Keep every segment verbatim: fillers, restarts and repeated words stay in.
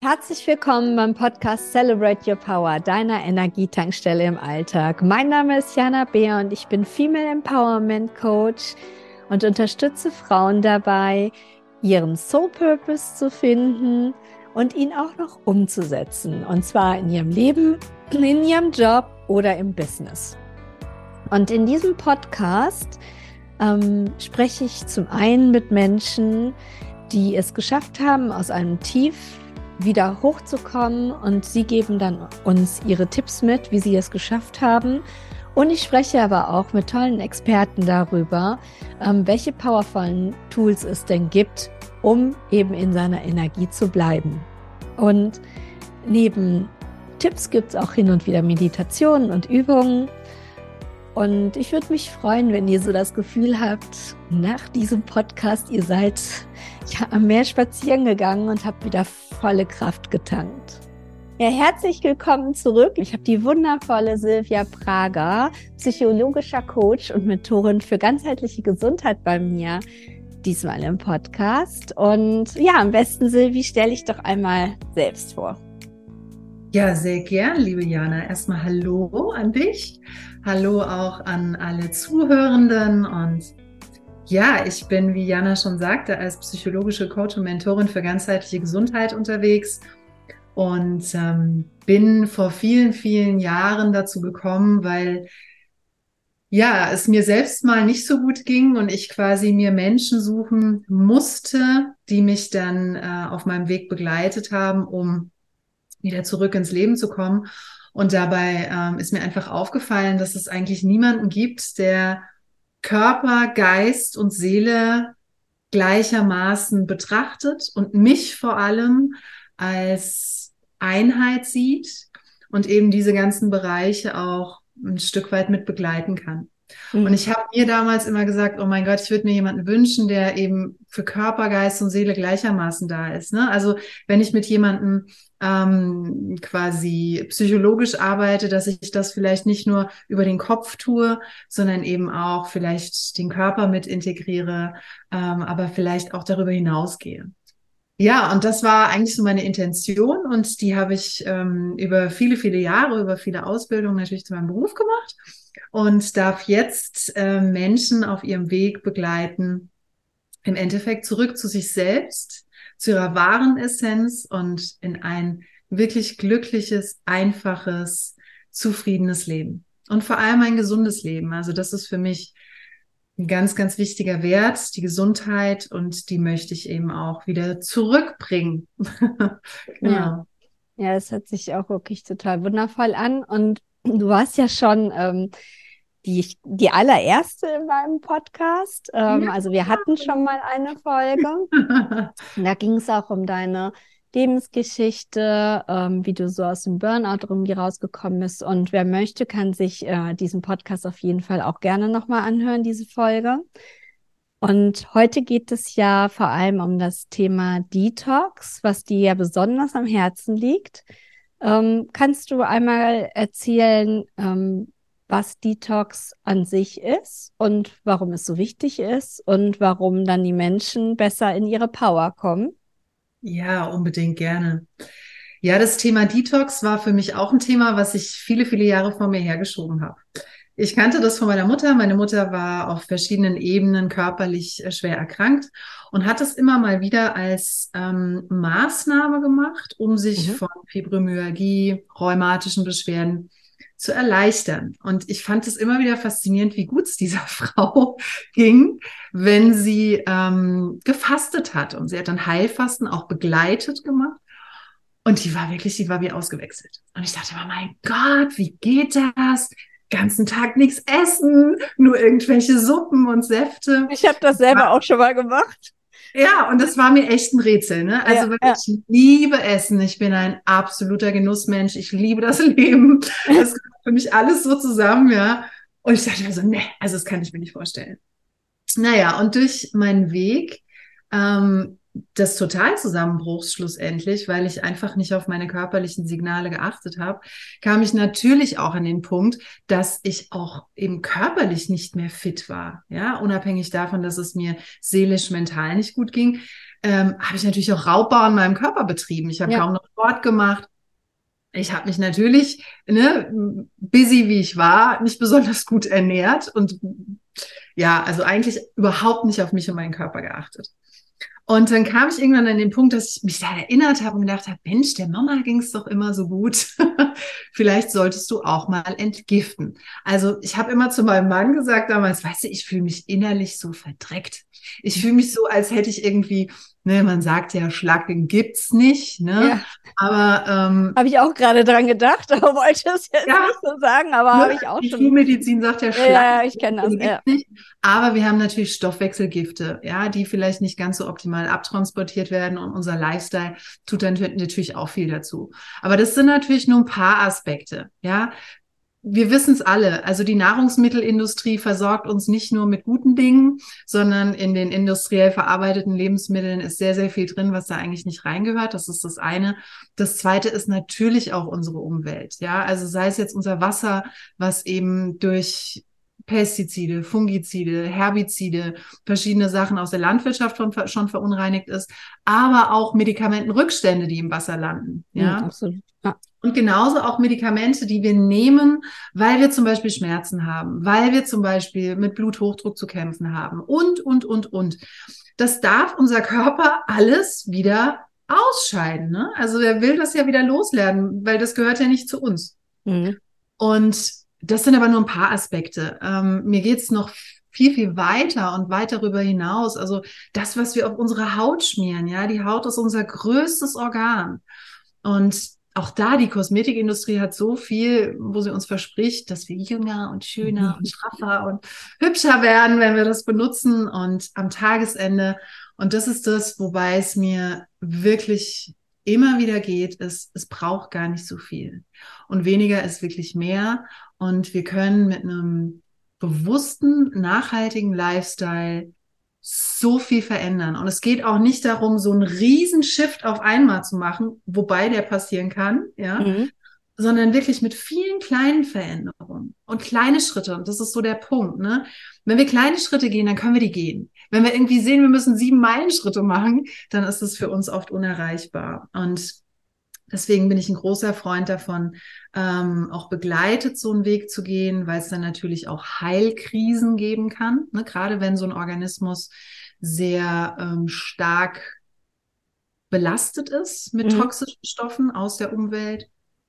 Herzlich willkommen beim Podcast Celebrate Your Power, deiner Energietankstelle im Alltag. Mein Name ist Jana Beer und ich bin Female Empowerment Coach und unterstütze Frauen dabei, ihren Soul Purpose zu finden und ihn auch noch umzusetzen. Und zwar in ihrem Leben, in ihrem Job oder im Business. Und in diesem Podcast ähm, spreche ich zum einen mit Menschen, die es geschafft haben, aus einem Tief wieder hochzukommen, und sie geben dann uns ihre Tipps mit, wie sie es geschafft haben. Und ich spreche aber auch mit tollen Experten darüber, ähm, welche powervollen Tools es denn gibt, um eben in seiner Energie zu bleiben. Und neben Tipps gibt es auch hin und wieder Meditationen und Übungen. Und ich würde mich freuen, wenn ihr so das Gefühl habt, nach diesem Podcast, ihr seid ja am Meer spazieren gegangen und habt wieder volle Kraft getankt. Ja, herzlich willkommen zurück. Ich habe die wundervolle Silvia Prager, psychologischer Coach und Mentorin für ganzheitliche Gesundheit bei mir, diesmal im Podcast. Und ja, am besten, Silvi, stell dich doch einmal selbst vor. Ja, sehr gern, liebe Jana. Erstmal Hallo an dich. Hallo auch an alle Zuhörenden. Und ja, ich bin, wie Jana schon sagte, als psychologische Coach und Mentorin für ganzheitliche Gesundheit unterwegs und ähm, bin vor vielen, vielen Jahren dazu gekommen, weil ja, es mir selbst mal nicht so gut ging und ich quasi mir Menschen suchen musste, die mich dann äh, auf meinem Weg begleitet haben, um wieder zurück ins Leben zu kommen. Und dabei ähm, ist mir einfach aufgefallen, dass es eigentlich niemanden gibt, der Körper, Geist und Seele gleichermaßen betrachtet und mich vor allem als Einheit sieht und eben diese ganzen Bereiche auch ein Stück weit mit begleiten kann. Mhm. Und ich habe mir damals immer gesagt, oh mein Gott, ich würde mir jemanden wünschen, der eben für Körper, Geist und Seele gleichermaßen da ist. Ne? Also wenn ich mit jemandem ähm, quasi psychologisch arbeite, dass ich das vielleicht nicht nur über den Kopf tue, sondern eben auch vielleicht den Körper mit integriere, ähm, aber vielleicht auch darüber hinausgehe. Ja, und das war eigentlich so meine Intention, und die habe ich ähm, über viele, viele Jahre, über viele Ausbildungen natürlich zu meinem Beruf gemacht und darf jetzt äh, Menschen auf ihrem Weg begleiten, im Endeffekt zurück zu sich selbst, zu ihrer wahren Essenz und in ein wirklich glückliches, einfaches, zufriedenes Leben. Und vor allem ein gesundes Leben. Also das ist für mich ein ganz, ganz wichtiger Wert, die Gesundheit, und die möchte ich eben auch wieder zurückbringen. Genau. Ja. Ja, das hört sich auch wirklich total wundervoll an. Und du warst ja schon ähm, die, die allererste in meinem Podcast. Ähm, ja. Also wir hatten schon mal eine Folge. Da ging es auch um deine Lebensgeschichte, ähm, wie du so aus dem Burnout irgendwie rausgekommen bist. Und wer möchte, kann sich äh, diesen Podcast auf jeden Fall auch gerne nochmal anhören, diese Folge. Und heute geht es ja vor allem um das Thema Detox, was dir ja besonders am Herzen liegt. Ähm, kannst du einmal erzählen, ähm, was Detox an sich ist und warum es so wichtig ist und warum dann die Menschen besser in ihre Power kommen? Ja, unbedingt gerne. Ja, das Thema Detox war für mich auch ein Thema, was ich viele, viele Jahre vor mir hergeschoben habe. Ich kannte das von meiner Mutter. Meine Mutter war auf verschiedenen Ebenen körperlich schwer erkrankt und hat es immer mal wieder als ähm, Maßnahme gemacht, um sich mhm. von Fibromyalgie, rheumatischen Beschwerden zu erleichtern. Und ich fand es immer wieder faszinierend, wie gut es dieser Frau ging, wenn sie ähm, gefastet hat. Und sie hat dann Heilfasten auch begleitet gemacht. Und die war wirklich, die war wie ausgewechselt. Und ich dachte immer, mein Gott, wie geht das? Ganzen Tag nichts essen, nur irgendwelche Suppen und Säfte. Ich habe das selber war, auch schon mal gemacht. Ja, und das war mir echt ein Rätsel. Ne? Also ja, ja. Ich liebe Essen. Ich bin ein absoluter Genussmensch. Ich liebe das Leben. Das kommt für mich alles so zusammen, ja. Und ich dachte mir so, ne, also das kann ich mir nicht vorstellen. Naja, und durch meinen Weg ähm, des Totalzusammenbruchs schlussendlich, weil ich einfach nicht auf meine körperlichen Signale geachtet habe, kam ich natürlich auch an den Punkt, dass ich auch eben körperlich nicht mehr fit war. Ja, unabhängig davon, dass es mir seelisch, mental nicht gut ging, ähm, habe ich natürlich auch Raubbau an meinem Körper betrieben. Ich habe Ja. kaum noch Sport gemacht. Ich habe mich natürlich, ne, busy wie ich war, nicht besonders gut ernährt und ja, also eigentlich überhaupt nicht auf mich und meinen Körper geachtet. Und dann kam ich irgendwann an den Punkt, dass ich mich da erinnert habe und gedacht habe, Mensch, der Mama ging es doch immer so gut. Vielleicht solltest du auch mal entgiften. Also ich habe immer zu meinem Mann gesagt damals, weißt du, ich fühle mich innerlich so verdreckt. Ich fühle mich so, als hätte ich irgendwie, ne, man sagt ja, Schlacken gibt's nicht, ne? Ja. Aber ähm, habe ich auch gerade dran gedacht, aber wollte es jetzt ja, nicht so sagen, aber ne? habe ich auch Die schon. Schulmedizin sagt ja, Ja, ja, Schlacken ja, ich kenne das. gibt's Ja. nicht. Aber wir haben natürlich Stoffwechselgifte, ja, die vielleicht nicht ganz so optimal abtransportiert werden und unser Lifestyle tut dann natürlich auch viel dazu. Aber das sind natürlich nur ein paar Aspekte, ja. Wir wissen es alle, also die Nahrungsmittelindustrie versorgt uns nicht nur mit guten Dingen, sondern in den industriell verarbeiteten Lebensmitteln ist sehr, sehr viel drin, was da eigentlich nicht reingehört. Das ist das eine. Das zweite ist natürlich auch unsere Umwelt. Ja, also sei es jetzt unser Wasser, was eben durch Pestizide, Fungizide, Herbizide, verschiedene Sachen aus der Landwirtschaft schon, schon verunreinigt ist, aber auch Medikamentenrückstände, die im Wasser landen. Ja, Mhm, absolut. Ja. Und genauso auch Medikamente, die wir nehmen, weil wir zum Beispiel Schmerzen haben, weil wir zum Beispiel mit Bluthochdruck zu kämpfen haben und, und, und, und. Das darf unser Körper alles wieder ausscheiden. Ne? Also er will das ja wieder loslernen, weil das gehört ja nicht zu uns. Mhm. Und das sind aber nur ein paar Aspekte. Ähm, mir geht's noch viel, viel weiter und weit darüber hinaus. Also das, was wir auf unsere Haut schmieren, ja, die Haut ist unser größtes Organ. Und auch da, die Kosmetikindustrie hat so viel, wo sie uns verspricht, dass wir jünger und schöner und straffer und hübscher werden, wenn wir das benutzen und am Tagesende. Und das ist das, wobei es mir wirklich immer wieder geht, ist, es braucht gar nicht so viel. Und weniger ist wirklich mehr. Und wir können mit einem bewussten, nachhaltigen Lifestyle so viel verändern. Und es geht auch nicht darum, so einen riesen Shift auf einmal zu machen, wobei der passieren kann, ja, Mhm. sondern wirklich mit vielen kleinen Veränderungen und kleine Schritte. Und das ist so der Punkt, ne? Wenn wir kleine Schritte gehen, dann können wir die gehen. Wenn wir irgendwie sehen, wir müssen sieben Meilenschritte machen, dann ist das für uns oft unerreichbar. Und deswegen bin ich ein großer Freund davon, ähm, auch begleitet so einen Weg zu gehen, weil es dann natürlich auch Heilkrisen geben kann. Ne? Gerade wenn so ein Organismus sehr ähm, stark belastet ist mit Mhm. toxischen Stoffen aus der Umwelt,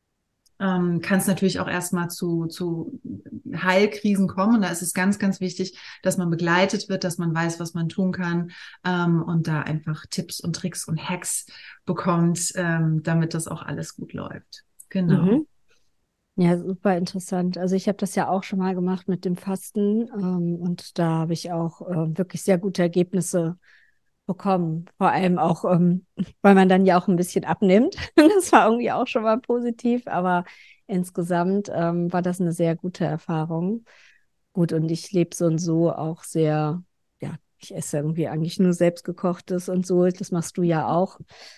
ähm, kann es natürlich auch erstmal zu, zu Heilkrisen kommen. Und da ist es ganz, ganz wichtig, dass man begleitet wird, dass man weiß, was man tun kann ähm, und da einfach Tipps und Tricks und Hacks bekommt, ähm, damit das auch alles gut läuft. Genau. Mhm. Ja, super interessant. Also ich habe das ja auch schon mal gemacht mit dem Fasten ähm, und da habe ich auch äh, wirklich sehr gute Ergebnisse bekommen. Vor allem auch, ähm, weil man dann ja auch ein bisschen abnimmt. Das war irgendwie auch schon mal positiv, aber insgesamt ähm, war das eine sehr gute Erfahrung. Gut, und ich lebe so und so auch sehr, ja, ich esse irgendwie eigentlich nur selbstgekochtes und so. Das machst du ja auch.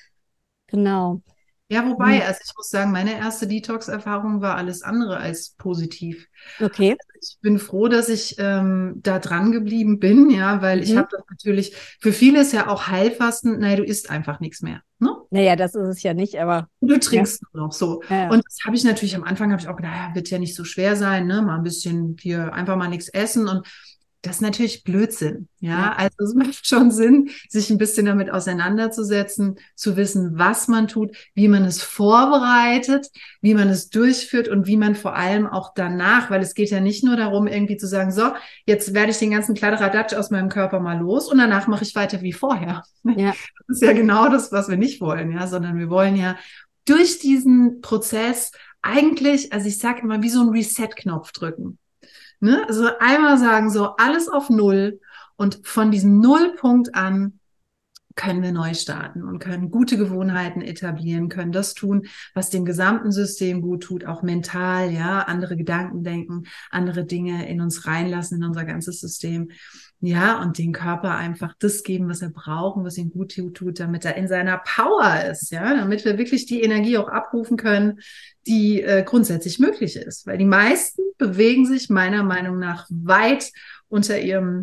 Genau. Ja, Hm. wobei, also ich muss sagen, meine erste Detox-Erfahrung war alles andere als positiv. Okay. Ich bin froh, dass ich ähm, da dran geblieben bin, ja, weil ich Mhm. habe das natürlich, für viele ist ja auch Heilfasten, nein, du isst einfach nichts mehr, ne? Naja, das ist es ja nicht, aber Du ja, trinkst nur noch so. ja, ja. Und das habe ich natürlich am Anfang, habe ich auch gedacht, ja, wird ja nicht so schwer sein, ne? Mal ein bisschen hier einfach mal nichts essen. Und das ist natürlich Blödsinn. Ja, Ja. also es macht schon Sinn, sich ein bisschen damit auseinanderzusetzen, zu wissen, was man tut, wie man es vorbereitet, wie man es durchführt und wie man vor allem auch danach, weil es geht ja nicht nur darum, irgendwie zu sagen, so, jetzt werde ich den ganzen Kladderadatsch aus meinem Körper mal los und danach mache ich weiter wie vorher. Ja. Das ist ja genau das, was wir nicht wollen, ja, sondern wir wollen ja durch diesen Prozess eigentlich, also ich sage immer, wie so ein Reset-Knopf drücken. Ne? Also einmal sagen, so alles auf Null und von diesem Nullpunkt an können wir neu starten und können gute Gewohnheiten etablieren, können das tun, was dem gesamten System gut tut, auch mental, ja, andere Gedanken denken, andere Dinge in uns reinlassen, in unser ganzes System. Ja, und den Körper einfach das geben, was er braucht und was ihm gut tut, damit er in seiner Power ist, ja, damit wir wirklich die Energie auch abrufen können, die äh, grundsätzlich möglich ist. Weil die meisten bewegen sich meiner Meinung nach weit unter ihrem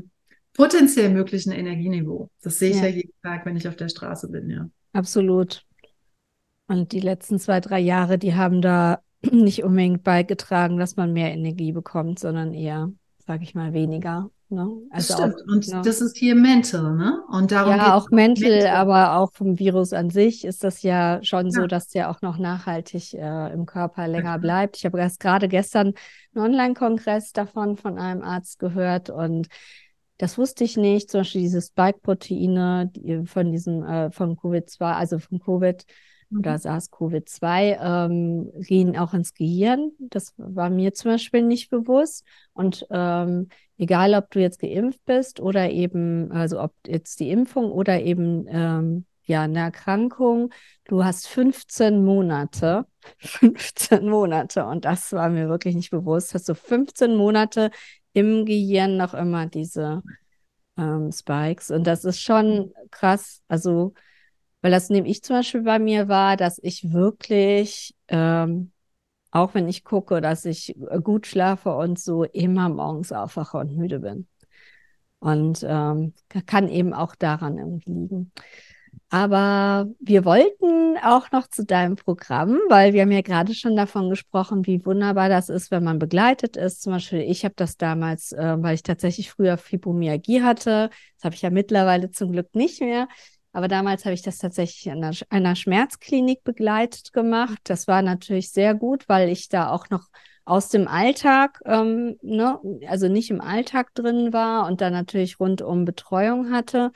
potenziell möglichen Energieniveau. Das sehe ich ja Ja, jeden Tag, wenn ich auf der Straße bin, ja. absolut. Und die letzten zwei, drei Jahre, die haben da nicht unbedingt beigetragen, dass man mehr Energie bekommt, sondern eher, sage ich mal, weniger. Ne? Das Also auch, stimmt. Und ne? das ist hier mental, ne? Und darum Ja, geht auch es auch mental, mental. aber auch vom Virus an sich ist das ja schon so, Ja, dass der auch noch nachhaltig äh, im Körper na länger klar. bleibt. Ich habe erst gerade gestern einen Online-Kongress davon von einem Arzt gehört und das wusste ich nicht. Zum Beispiel diese Spike-Proteine die von diesem, äh, von Covid zwei, also von Covid oder Mhm. SARS-CoV zwei, ähm, gehen auch ins Gehirn. Das war mir zum Beispiel nicht bewusst. Und ähm, egal, ob du jetzt geimpft bist oder eben, also ob jetzt die Impfung oder eben ähm, ja eine Erkrankung, du hast fünfzehn Monate, fünfzehn Monate und das war mir wirklich nicht bewusst, hast du fünfzehn Monate im Gehirn noch immer diese ähm, Spikes und das ist schon krass, also weil das nehme ich zum Beispiel bei mir war, dass ich wirklich ähm, auch wenn ich gucke, dass ich äh, gut schlafe und so immer morgens aufwache und müde bin. Und ähm, kann eben auch daran irgendwie liegen. Aber wir wollten auch noch zu deinem Programm, weil wir haben ja gerade schon davon gesprochen, wie wunderbar das ist, wenn man begleitet ist. Zum Beispiel, ich habe das damals, äh, weil ich tatsächlich früher Fibromyalgie hatte. Das habe ich ja mittlerweile zum Glück nicht mehr. Aber damals habe ich das tatsächlich in einer, einer Schmerzklinik begleitet gemacht. Das war natürlich sehr gut, weil ich da auch noch aus dem Alltag, ähm, ne, also nicht im Alltag drin war und dann natürlich rundum Betreuung hatte.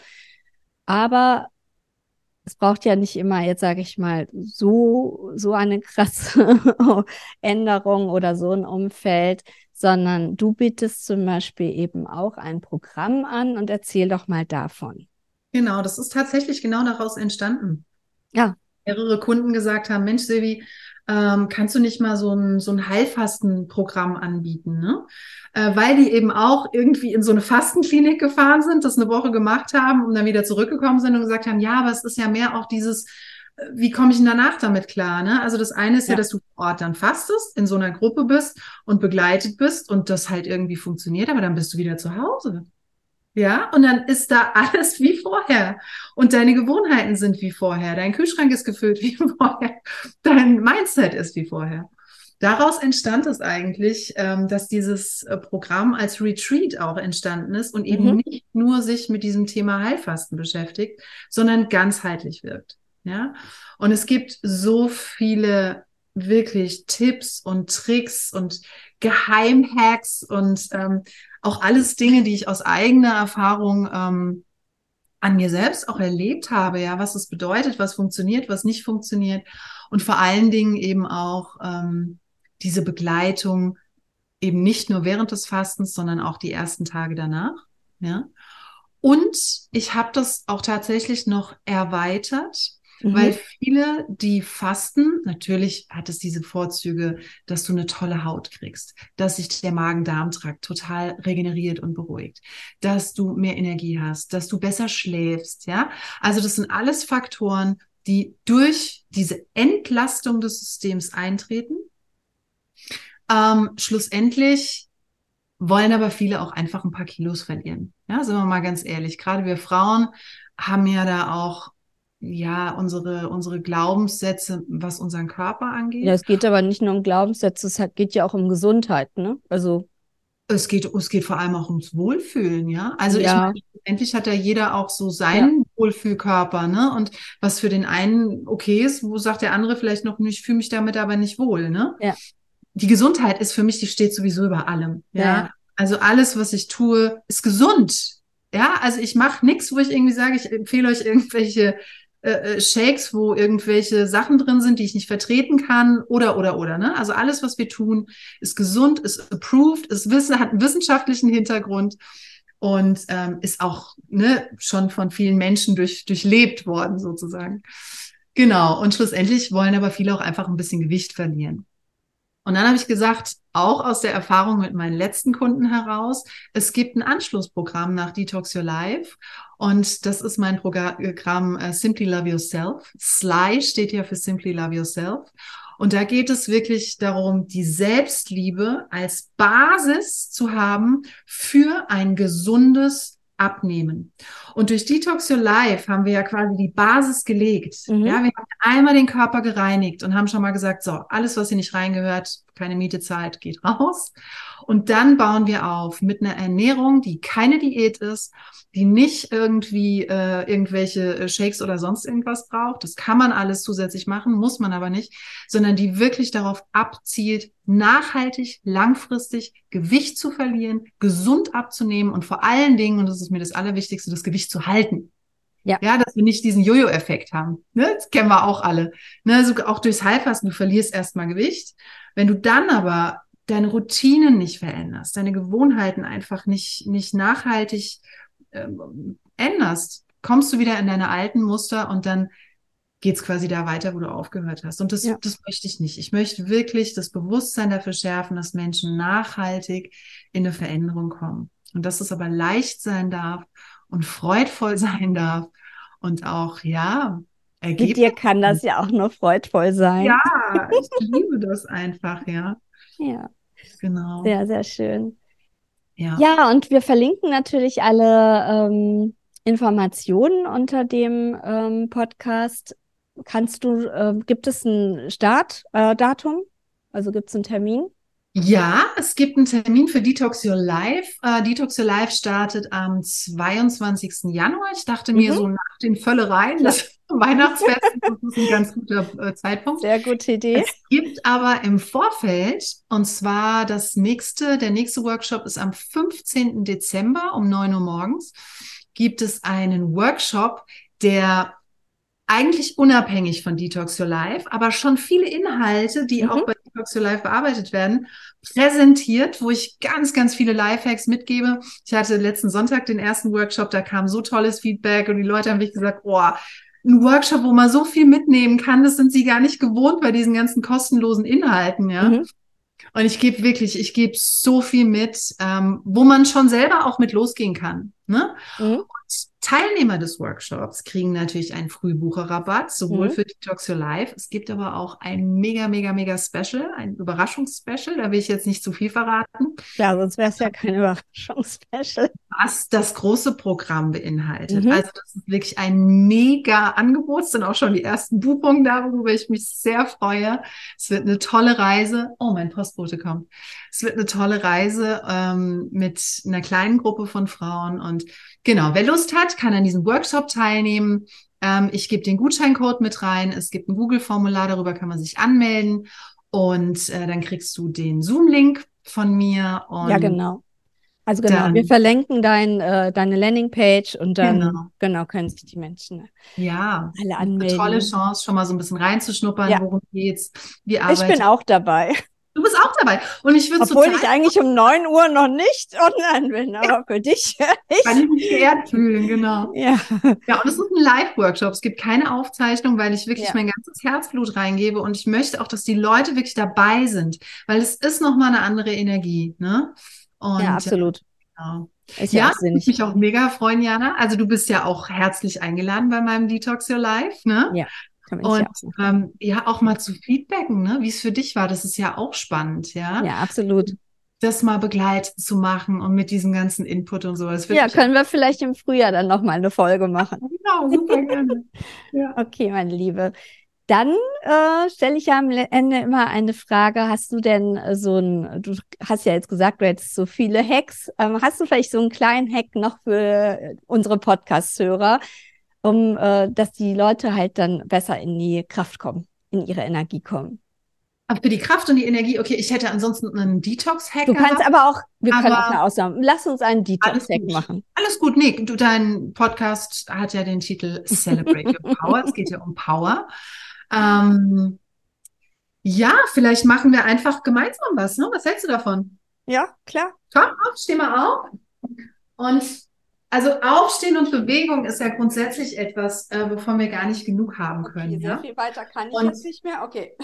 Aber es braucht ja nicht immer, jetzt sage ich mal, so, so eine krasse Änderung oder so ein Umfeld, sondern du bietest zum Beispiel eben auch ein Programm an und erzähl doch mal davon. Genau, das ist tatsächlich genau daraus entstanden. Ja, Mehrere Kunden gesagt haben, Mensch, Silvi, ähm, kannst du nicht mal so ein, so ein Heilfastenprogramm anbieten, ne? Äh, weil die eben auch irgendwie in so eine Fastenklinik gefahren sind, das eine Woche gemacht haben und dann wieder zurückgekommen sind und gesagt haben, ja, aber es ist ja mehr auch dieses, äh, wie komme ich denn danach damit klar, ne? Also das eine ist ja, ja, dass du vor Ort dann fastest, in so einer Gruppe bist und begleitet bist und das halt irgendwie funktioniert, aber dann bist du wieder zu Hause. Ja, und dann ist da alles wie vorher. Und deine Gewohnheiten sind wie vorher. Dein Kühlschrank ist gefüllt wie vorher. Dein Mindset ist wie vorher. Daraus entstand es eigentlich, ähm, dass dieses äh, Programm als Retreat auch entstanden ist und eben mhm, nicht nur sich mit diesem Thema Heilfasten beschäftigt, sondern ganzheitlich wirkt. Ja, und es gibt so viele wirklich Tipps und Tricks und Geheimhacks und ähm, auch alles Dinge, die ich aus eigener Erfahrung ähm, an mir selbst auch erlebt habe, ja, was es bedeutet, was funktioniert, was nicht funktioniert und vor allen Dingen eben auch ähm, diese Begleitung eben nicht nur während des Fastens, sondern auch die ersten Tage danach, ja. Und ich habe das auch tatsächlich noch erweitert, weil mhm, viele, die fasten, natürlich hat es diese Vorzüge, dass du eine tolle Haut kriegst, dass sich der Magen-Darm-Trakt total regeneriert und beruhigt, dass du mehr Energie hast, dass du besser schläfst, ja. Also das sind alles Faktoren, die durch diese Entlastung des Systems eintreten. Ähm, schlussendlich wollen aber viele auch einfach ein paar Kilos verlieren. Ja, sind wir mal ganz ehrlich. Gerade wir Frauen haben ja da auch, ja, unsere, unsere Glaubenssätze, was unseren Körper ja, angeht. es geht aber nicht nur um Glaubenssätze, es hat- geht ja auch um Gesundheit, ne? Also, Es geht, es geht vor allem auch ums Wohlfühlen, ja. Also ich ja, meine, endlich hat ja jeder auch so ja, seinen Wohlfühlkörper, ne? Und was für den einen okay ist, wo sagt der andere vielleicht noch, ich fühle mich damit aber nicht wohl, ne? ja, Die Gesundheit ist für mich, die steht sowieso über allem, ja, ja. ja, Also alles, was ich tue, ist gesund. Ja, also ich mache nichts, wo ich irgendwie sage, ich empfehle euch irgendwelche äh, äh, Shakes, wo irgendwelche Sachen drin sind, die ich nicht vertreten kann oder oder oder. Ne? Also alles, was wir tun, ist gesund, ist approved, ist wissen, hat einen wissenschaftlichen Hintergrund und ähm, ist auch ne, schon von vielen Menschen durch, durchlebt worden sozusagen. Genau. Und schlussendlich wollen aber viele auch einfach ein bisschen Gewicht verlieren. Und dann habe ich gesagt, auch aus der Erfahrung mit meinen letzten Kunden heraus, es gibt ein Anschlussprogramm nach Detox Your Life. Und das ist mein Programm äh, Simply Love Yourself. S L Y steht ja für Simply Love Yourself. Und da geht es wirklich darum, die Selbstliebe als Basis zu haben für ein gesundes abnehmen. Und durch Detox Your Life haben wir ja quasi die Basis gelegt. Mhm. Ja, wir haben einmal den Körper gereinigt und haben schon mal gesagt, so, alles, was hier nicht reingehört, keine Miete zahlt, geht raus. Und dann bauen wir auf mit einer Ernährung, die keine Diät ist, die nicht irgendwie äh, irgendwelche Shakes oder sonst irgendwas braucht. Das kann man alles zusätzlich machen, muss man aber nicht, sondern die wirklich darauf abzielt, nachhaltig, langfristig Gewicht zu verlieren, gesund abzunehmen und vor allen Dingen, und das ist mir das Allerwichtigste, das Gewicht zu halten. Ja. Ja, dass wir nicht diesen Jojo-Effekt haben. Ne? Das kennen wir auch alle. Ne? Also auch durchs Heilfasten, du verlierst erstmal Gewicht. Wenn du dann aber deine Routinen nicht veränderst, deine Gewohnheiten einfach nicht, nicht nachhaltig ähm, änderst, kommst du wieder in deine alten Muster und dann geht es quasi da weiter, wo du aufgehört hast. Und das, Ja. das möchte ich nicht. Ich möchte wirklich das Bewusstsein dafür schärfen, dass Menschen nachhaltig in eine Veränderung kommen. Und dass es aber leicht sein darf und freudvoll sein darf und auch, ja, Ergebnisse. Mit dir kann das ja auch nur freudvoll sein. Ja, ich liebe das einfach, ja. Ja, Genau. sehr, sehr schön. Ja. Ja, und wir verlinken natürlich alle ähm, Informationen unter dem ähm, Podcast. Kannst du, äh, gibt es ein Startdatum? Äh, also gibt es einen Termin? Ja, es gibt einen Termin für Detox Your Life. Uh, Detox Your Life startet am zweiundzwanzigsten Januar. Ich dachte mir Mhm. so nach den Völlereien, das Weihnachtsfest, das ist ein ganz guter äh, Zeitpunkt. Sehr gute Idee. Es gibt aber im Vorfeld, und zwar das nächste, der nächste Workshop ist am fünfzehnten Dezember um neun Uhr morgens, gibt es einen Workshop, der eigentlich unabhängig von Detox Your Life, aber schon viele Inhalte, die Mhm. auch bei Detox Your Life bearbeitet werden, präsentiert, wo ich ganz, ganz viele Lifehacks mitgebe. Ich hatte letzten Sonntag den ersten Workshop, da kam so tolles Feedback und die Leute haben wirklich gesagt, oh, ein Workshop, wo man so viel mitnehmen kann, das sind sie gar nicht gewohnt bei diesen ganzen kostenlosen Inhalten, ja. Mhm. Und ich gebe wirklich, ich gebe so viel mit, ähm, wo man schon selber auch mit losgehen kann, ne? Mhm. Teilnehmer des Workshops kriegen natürlich einen Frühbucherrabatt, sowohl Mhm. für Detox Your Life. Es gibt aber auch ein mega, mega, mega Special, ein Überraschungsspecial. Da will ich jetzt nicht zu viel verraten. Ja, sonst wäre es ja kein Überraschungsspecial. Was das große Programm beinhaltet. Mhm. Also das ist wirklich ein mega Angebot. Es sind auch schon die ersten Buchungen da, worüber ich mich sehr freue. Es wird eine tolle Reise. Oh, mein Postbote kommt. Es wird eine tolle Reise ähm, mit einer kleinen Gruppe von Frauen. Und genau, wer Lust hat, kann an diesem Workshop teilnehmen. Ähm, ich gebe den Gutscheincode mit rein. Es gibt ein Google-Formular, darüber kann man sich anmelden. Und äh, dann kriegst du den Zoom-Link von mir. Und Ja, genau. Also genau, dann, wir verlinken dein, äh, deine Landingpage und dann genau. genau können sich die Menschen Ja, alle eine anmelden. tolle Chance, schon mal so ein bisschen reinzuschnuppern, Ja. worum geht's, wie Ich arbeitet. bin auch dabei. Du bist auch dabei. Und ich würde Obwohl total, ich eigentlich um neun Uhr noch nicht online bin, aber für dich weil ich. ich mich geehrt fühlen, genau. Ja. Ja, und es ist ein Live-Workshop. Es gibt keine Aufzeichnung, weil ich wirklich Ja. mein ganzes Herzblut reingebe und ich möchte auch, dass die Leute wirklich dabei sind, weil es ist nochmal eine andere Energie, ne? Und Ja, absolut. genau. Ist ja, Ja, auch ich würde sinnig. mich auch mega freuen, Jana. Also du bist ja auch herzlich eingeladen bei meinem Detox Your Life, ne? Ja, kann man Und ja auch machen. ähm, ja, auch mal zu feedbacken, ne? Wie es für dich war. Das ist ja auch spannend, ja? Ja, absolut. Das mal begleitet zu machen und mit diesem ganzen Input und so. Das wird Ja, mich können wir vielleicht im Frühjahr dann nochmal eine Folge machen. genau, super gerne. Ja. Okay, meine Liebe. Dann äh, stelle ich ja am Le- Ende immer eine Frage. Hast du denn äh, so ein, du hast ja jetzt gesagt, du hättest so viele Hacks. Ähm, hast du vielleicht so einen kleinen Hack noch für äh, unsere Podcast-Hörer, um, äh, dass die Leute halt dann besser in die Kraft kommen, in ihre Energie kommen? Aber für die Kraft und die Energie, okay, ich hätte ansonsten einen Detox-Hack Du kannst gehabt, aber auch, wir können auch aber eine Ausnahme. Lass uns einen alles Detox-Hack gut. machen. Alles gut, nee, du, dein Podcast hat ja den Titel Celebrate Your Power. Es geht ja um Power. Ähm, ja, vielleicht machen wir einfach gemeinsam was, ne? Was hältst du davon? Ja, klar. Komm, auf, steh mal auf. Und also Aufstehen und Bewegung ist ja grundsätzlich etwas, äh, wovon wir gar nicht genug haben können. Okay, sehr Ja? viel weiter kann ich Und- jetzt nicht mehr. Okay.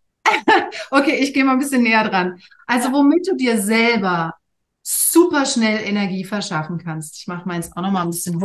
Okay, ich gehe mal ein bisschen näher dran. Also Ja. womit du dir selber super schnell Energie verschaffen kannst. Ich mache meins auch noch mal ein bisschen hoch.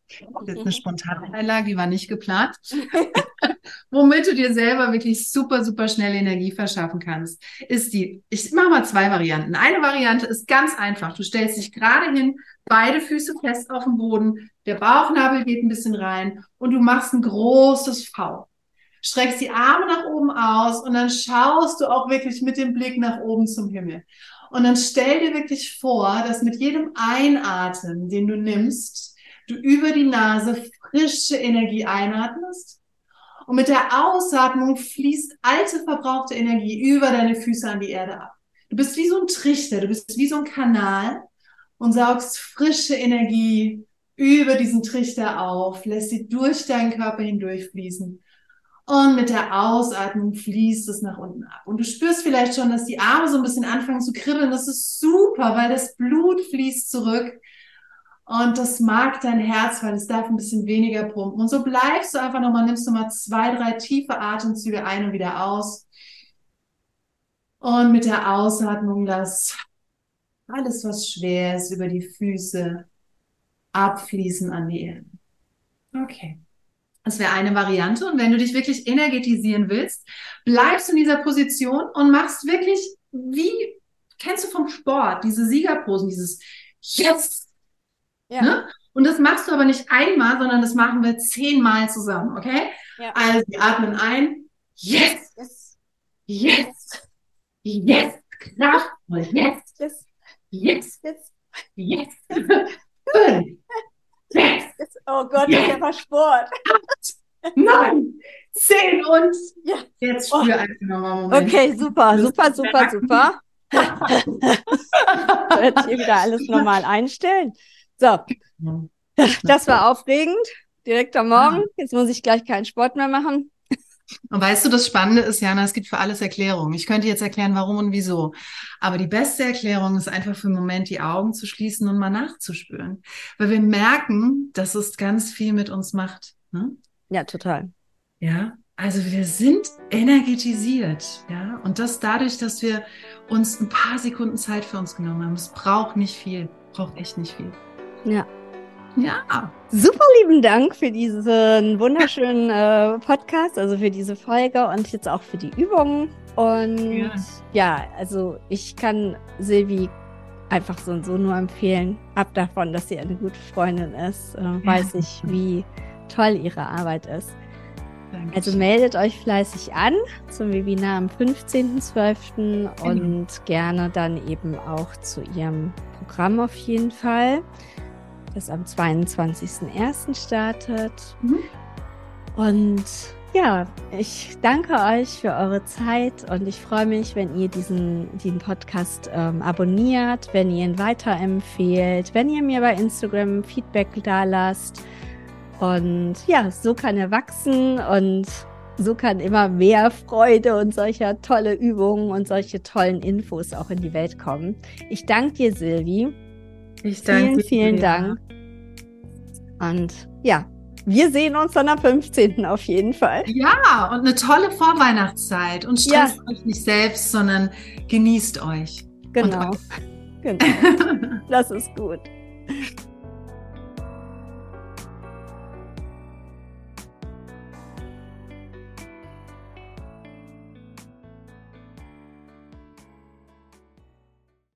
Das ist jetzt eine spontane Einlage, die war nicht geplant. Womit du dir selber wirklich super, super schnell Energie verschaffen kannst, ist die, ich mache mal zwei Varianten. Eine Variante ist ganz einfach. Du stellst dich gerade hin, beide Füße fest auf dem Boden, der Bauchnabel geht ein bisschen rein und du machst ein großes V. Streckst die Arme nach oben aus und dann schaust du auch wirklich mit dem Blick nach oben zum Himmel. Und dann stell dir wirklich vor, dass mit jedem Einatmen, den du nimmst, du über die Nase frische Energie einatmest. Und mit der Ausatmung fließt alte, verbrauchte Energie über deine Füße an die Erde ab. Du bist wie so ein Trichter, du bist wie so ein Kanal und saugst frische Energie über diesen Trichter auf, lässt sie durch deinen Körper hindurch fließen. Und mit der Ausatmung fließt es nach unten ab. Und du spürst vielleicht schon, dass die Arme so ein bisschen anfangen zu kribbeln. Das ist super, weil das Blut fließt zurück. Und das mag dein Herz, weil es darf ein bisschen weniger pumpen. Und so bleibst du einfach nochmal, nimmst du mal zwei, drei tiefe Atemzüge ein und wieder aus. Und mit der Ausatmung lass alles, was schwer ist, über die Füße abfließen an die Erde. Okay. Das wäre eine Variante. Und wenn du dich wirklich energetisieren willst, bleibst du in dieser Position und machst wirklich wie, kennst du vom Sport, diese Siegerposen, dieses Yes! Ja. Ne? Und das machst du aber nicht einmal, sondern das machen wir zehnmal zusammen, okay? Ja. Also wir atmen ein. Yes! Yes. Yes! Yes! Kraftvoll! Yes! Yes. Yes! Yes. Yes! Fünf! Sechs! Yes. Oh Gott, Yes. das ist aber Sport. Neun, zehn und Ja. jetzt Oh. spür einfach nochmal einen Moment. Okay, super, super, super, super. Jetzt hier wieder alles normal einstellen. So, das war aufregend. Direkt am Morgen. Jetzt muss ich gleich keinen Sport mehr machen. Und weißt du, das Spannende ist, Jana, es gibt für alles Erklärungen. Ich könnte jetzt erklären, warum und wieso. Aber die beste Erklärung ist einfach für einen Moment die Augen zu schließen und mal nachzuspüren. Weil wir merken, dass es ganz viel mit uns macht. Ne? Ja, total. Ja, also wir sind energetisiert. Ja, und das dadurch, dass wir uns ein paar Sekunden Zeit für uns genommen haben. Es braucht nicht viel. Braucht echt nicht viel. Ja. Ja. Super lieben Dank für diesen wunderschönen äh, Podcast, also für diese Folge und jetzt auch für die Übungen. Und Ja. ja, also ich kann Silvi einfach so und so nur empfehlen. Ab davon, dass sie eine gute Freundin ist, äh, weiß ich, wie toll ihre Arbeit ist. Danke. Also meldet euch fleißig an zum Webinar am fünfzehnten zwölften und gerne dann eben auch zu ihrem Programm auf jeden Fall, das am zweiundzwanzigsten ersten startet. Mhm. Und ja, ich danke euch für eure Zeit und ich freue mich, wenn ihr diesen, diesen Podcast ähm, abonniert, wenn ihr ihn weiterempfehlt, wenn ihr mir bei Instagram Feedback da lasst. Und ja, so kann er wachsen und so kann immer mehr Freude und solcher tolle Übungen und solche tollen Infos auch in die Welt kommen. Ich danke dir, Silvi. Ich danke Vielen, vielen dir. Dank. Und ja, wir sehen uns dann am fünfzehnten auf jeden Fall. Ja, und eine tolle Vorweihnachtszeit. Und stresst ja. euch nicht selbst, sondern genießt euch. Genau. Und genau. Das ist gut.